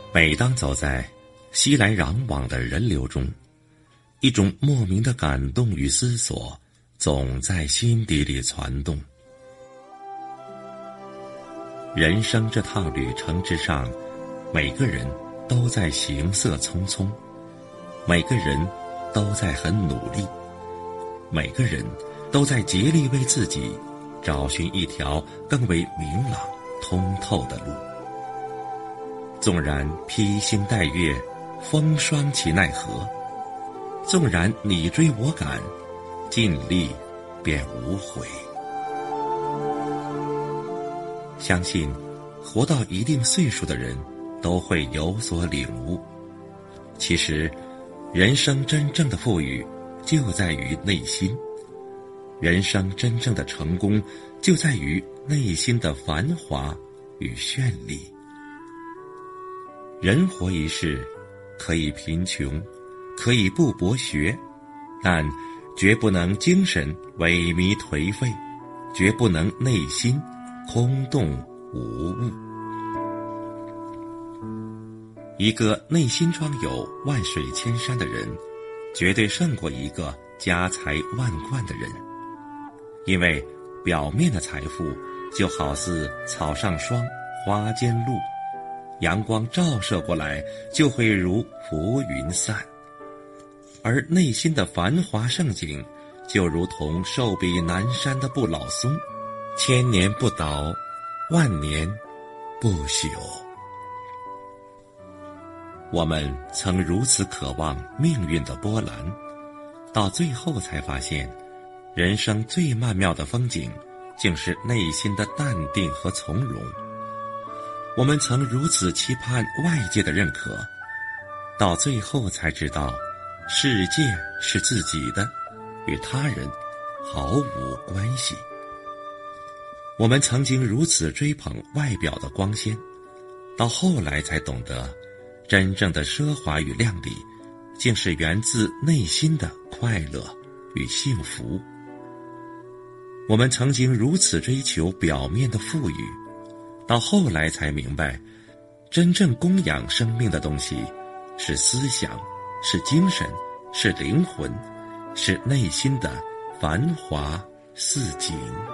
每当走在熙来攘往的人流中，一种莫名的感动与思索总在心底里攒动。人生这趟旅程之上，每个人都在行色匆匆，每个人都在很努力，每个人都在竭力为自己找寻一条更为明朗通透的路。纵然披星戴月，风霜其奈何，纵然你追我赶，尽力便无悔。相信活到一定岁数的人都会有所领悟，其实人生真正的富裕就在于内心，人生真正的成功就在于内心的繁华与绚丽。人活一世，可以贫穷，可以不博学，但绝不能精神萎靡颓废，绝不能内心空洞无物。一个内心装有万水千山的人，绝对胜过一个家财万贯的人。因为表面的财富就好似草上霜，花间露，阳光照射过来就会如浮云散，而内心的繁华盛景就如同寿比南山的不老松，千年不倒，万年不朽。我们曾如此渴望命运的波澜，到最后才发现，人生最曼妙的风景竟是内心的淡定和从容。我们曾如此期盼外界的认可，到最后才知道，世界是自己的，与他人毫无关系。我们曾经如此追捧外表的光鲜，到后来才懂得，真正的奢华与亮丽，竟是源自内心的快乐与幸福。我们曾经如此追求表面的富裕，到后来才明白，真正供养生命的东西是思想，是精神，是灵魂，是内心的繁华似锦。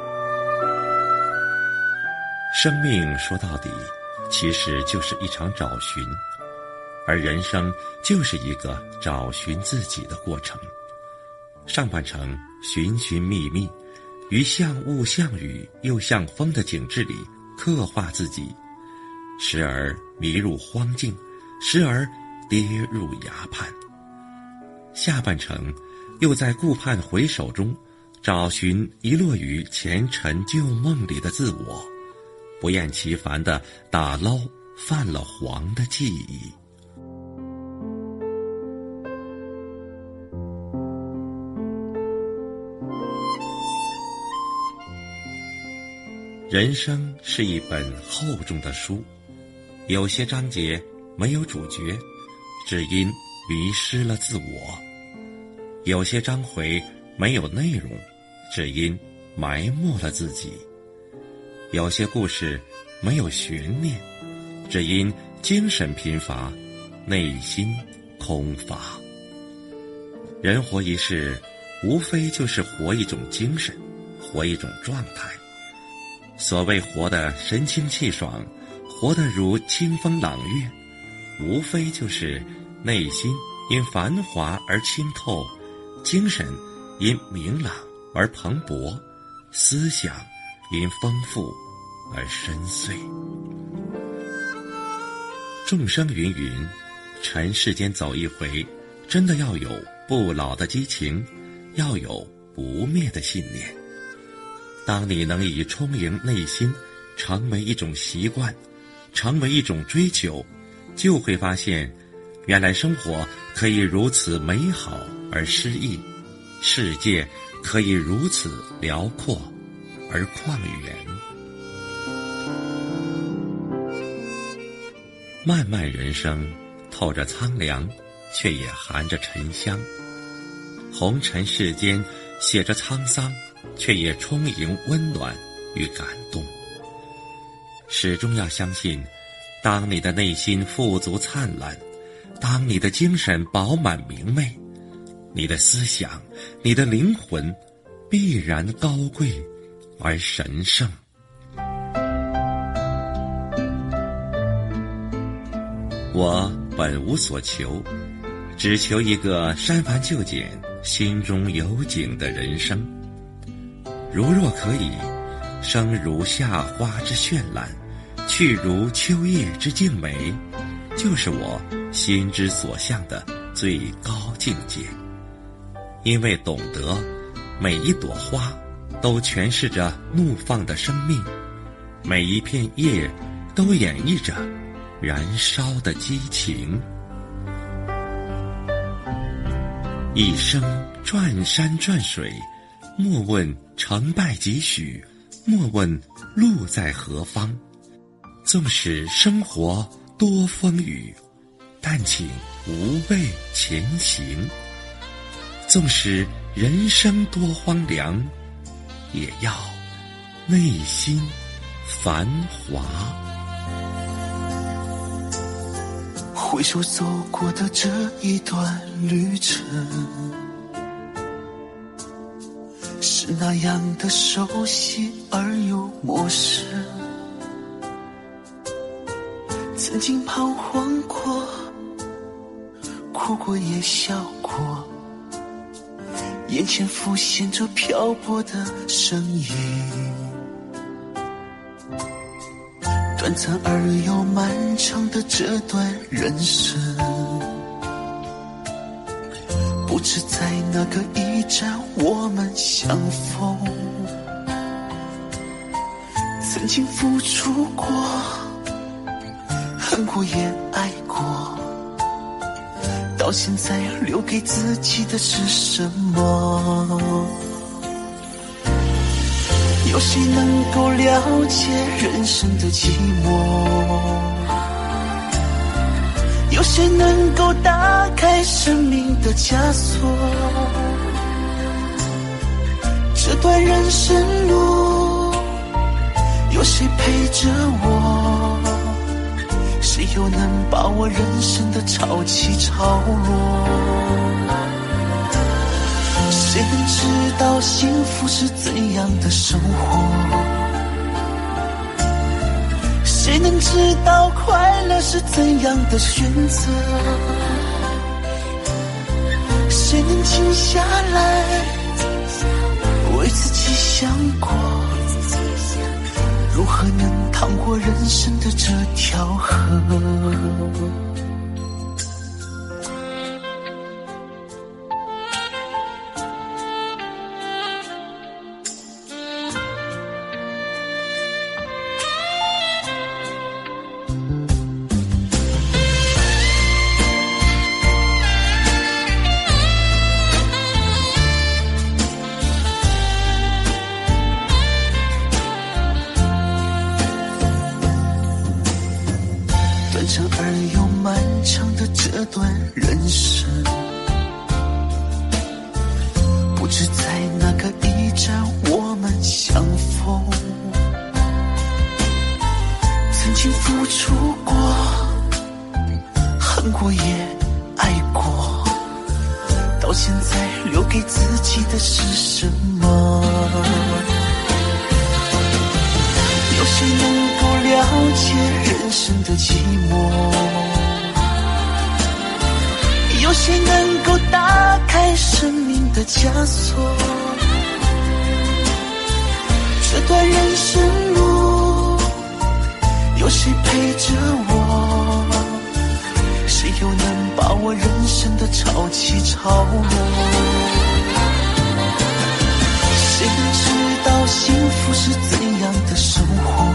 生命说到底，其实就是一场找寻，而人生就是一个找寻自己的过程。上半程寻寻觅觅，于像雾像雨又像风的景致里刻画自己，时而迷入荒境，时而跌入崖畔。下半程又在顾盼回首中找寻遗落于前尘旧梦里的自我，不厌其烦地打捞泛了黄的记忆。人生是一本厚重的书，有些章节没有主角，只因迷失了自我；有些章回没有内容，只因埋没了自己；有些故事没有悬念，只因精神贫乏，内心空乏。人活一世，无非就是活一种精神，活一种状态。所谓活得神清气爽，活得如清风朗月，无非就是内心因繁华而清透，精神因明朗而蓬勃，思想因丰富而深邃。众生芸芸，尘世间走一回，真的要有不老的激情，要有不灭的信念。当你能以充盈内心成为一种习惯，成为一种追求，就会发现，原来生活可以如此美好而诗意，世界可以如此辽阔而旷远。漫漫人生，透着苍凉，却也含着沉香；红尘世间，写着沧桑，却也充盈温暖与感动。始终要相信， 当你的内心富足灿烂，当你的精神饱满明媚，你的思想，你的灵魂必然高贵而神圣。我本无所求，只求一个删繁就简、心中有景的人生。如若可以，生如夏花之绚烂，去如秋叶之静美，就是我心之所向的最高境界。因为懂得每一朵花都诠释着怒放的生命，每一片叶都演绎着燃烧的激情。一生转山转水，莫问成败几许，莫问路在何方。纵使生活多风雨，但请无畏前行。纵使人生多荒凉，也要内心繁华。 回首走过的这一段旅程，是那样的熟悉而又陌生。曾经彷徨过，哭过也笑过，眼前浮现着漂泊的身影。短暂而又漫长的这段人生，不知在哪个驿站我们相逢。曾经付出过，恨过也爱过，到现在留给自己的是什么？有谁能够了解人生的寂寞？有谁能够打开生命的枷锁？这段人生路，有谁陪着我？谁又能把我人生的潮起潮落？谁能知道幸福是怎样的生活？谁能知道快乐是怎样的选择？谁能静下来为自己想过？如何能趟过人生的这条河？短暂而又漫长的这段人生，不知在哪个驿站我们相逢。曾经付出过，恨过也爱过，到现在留给自己的是什么？有谁能够了解人生的寂寞？有谁能够打开生命的枷锁？这段人生路，有谁陪着我？谁又能把我人生的潮起潮落？谁能知道幸福是怎样的生活？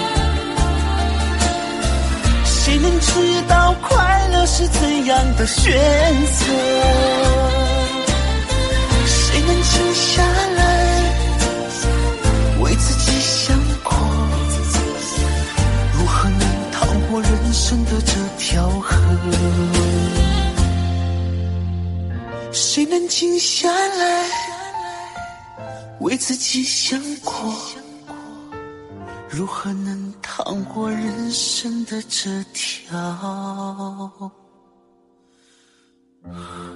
谁能知道快乐是怎样的选择？谁能静下来为自己想过？如何能趟过人生的这条河？谁能静下来为自己想过？ 如何能趟过人生的这条